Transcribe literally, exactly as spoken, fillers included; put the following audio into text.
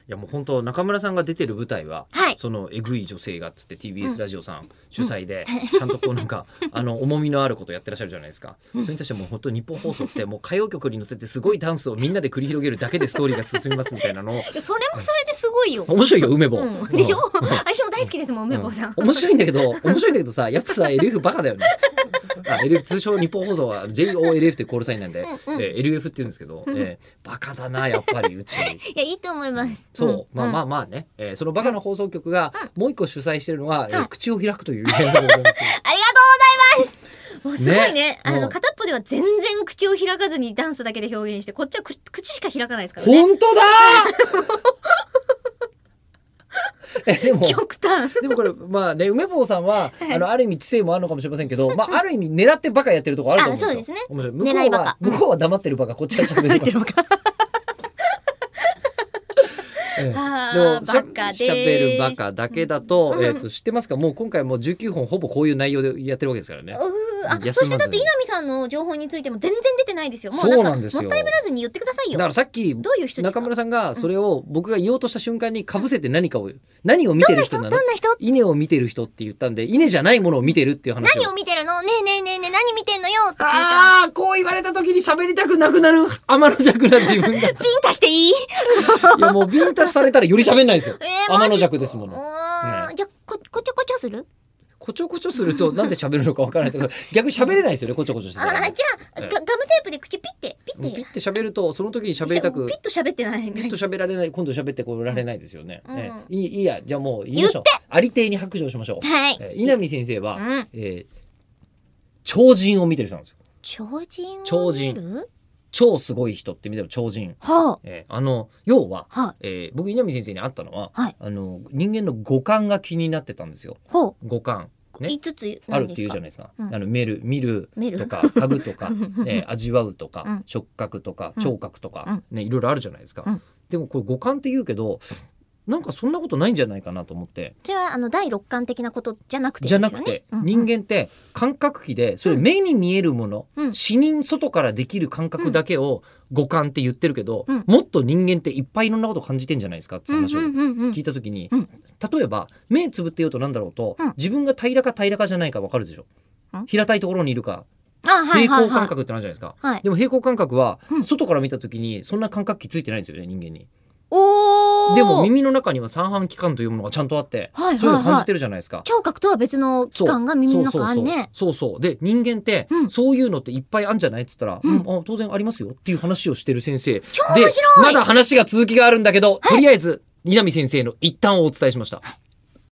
やもう本当中村さんが出てる舞台は、 はいそのえぐい女性がっつって ティービーエス ラジオさん主催で、ちゃんとこうなんかあの重みのあることやってらっしゃるじゃないですか。それに対してもう本当日本放送ってもう歌謡曲に乗せてすごいダンスをみんなで繰り広げるだけでストーリーが進みますみたいなのをいやそれもそれですごいよ。 面白いよ梅坊、 うん、でしょ、 うん私も大好きですもん梅坊さん、 うん面白いんだけど面白いんだけどさやっぱさ エルエフ バカだよね。あ エルエフ 通称日本放送は ジェイオーエルエフ ってコールサインなんで、 うんうんえー エルエフ って言うんですけど、えーバカだなやっぱりうち。 いやいいと思います。 そう、 んまあまあまあね、えーそのバカな放送局がもう一個主催してるのは、えーうん口を開くというイベントでございます。 ありがとうございます。もうすごいねねあうんの片っぽでは全然口を開かずにダンスだけで表現して、こっちはく口しか開かないですからね。 本当だえでも極端。 でもこれまあね梅坊さんはあのある意味知性もあるのかもしれませんけど、まあある意味狙ってバカやってるところあると思うんですよ。 あそうですね面白い。向こうは狙いバカ向こうは黙ってるバカ、こっちは喋るバカ。ええあでもーバカですしゃべるバカだけだと、 うんえー、と知ってますか？もう今回もうじゅうきゅうほんほぼこういう内容でやってるわけですからね。 うーあ休まずそしてだって稲見さんの情報についても全然出てないですよ。もうそうなんかなんですよもったいぶらずに言ってくださいよ。 だからさっきどういう人ですか？ 中村さんがそれを僕が言おうとした瞬間にかぶせて何かを何を見てる人なの？ どんな人？ 稲を見てる人って言ったんで、稲じゃないものを見てるっていう話を。 何を見てるの？ねえねえねえねえ何見てんのよって聞いた。 ああこう言われた時に喋りたくなくなる天の弱な自分が。いピンタしていい？ やもうビンタされたらより喋んないですよ。 えー、 天のマジ弱ですもの。 うーんねじゃあここちょこちょする？ こちょこちょするとなんで喋るのかわからないですけど、逆に喋れないですよね、こちょこちょしてあたら。 ーじゃあ、 ええガガムテープで口ピッてピッてピッて喋るとその時に喋りたくピッと喋ってないピッと喋られない、今度喋ってこられないですよね。 うんえいいいいや、じゃあもう言いましょう。ありていに白状しましょう。 はい、 えー稲見先生は、 うん、 えー超人を見てる人なんですよ。 超人を超人見る？ 超すごい人って見てる超人。 はえーあの要は、 あはえー僕稲見先生に会ったのは、 はいあの人間の五感が気になってたんですよ。 ほ五感。 う、 ね五つあるっていうじゃないないですか。 うんあの見る見る見るとか嗅ぐとか、 うんえー味わうとか、 うん触覚とかうん聴覚とか、 うんねいろいろあるじゃないですか。 うんでもこれ五感って言うけど、なんかそんなことないんじゃないかなと思って。 それはあの第六感的なことじゃなくてじですよね。 ゃなくて、 うんうん人間って感覚器でそれ目に見えるもの、 うん視認外からできる感覚だけを五感って言ってるけど、 うんもっと人間っていっぱいいろんなこと感じてんじゃないですかって話をうんうんうんうん聞いた時に、 うん例えば目つぶって言うとなんだろうと、 うん自分が平らか平らかじゃないか分かるでしょ、 うん平たいところにいるかあはい平はいはい行感覚ってなるじゃないですか、 はいでも平行感覚はうん外から見た時にそんな感覚器ついてないんですよね人間に。 おーでも耳の中には三半規管というものがちゃんとあって、 はいはいはいそういうの感じてるじゃないですか。 聴覚とは別の器官が耳の中あんね。 そうそうそうそうそうで人間って、 うんそういうのっていっぱいあるんじゃないっつったら、 うんうんあ当然ありますよっていう話をしてる先生超で面白い。 まだ話が続きがあるんだけど、とりあえず稲見先生の一端をお伝えしました。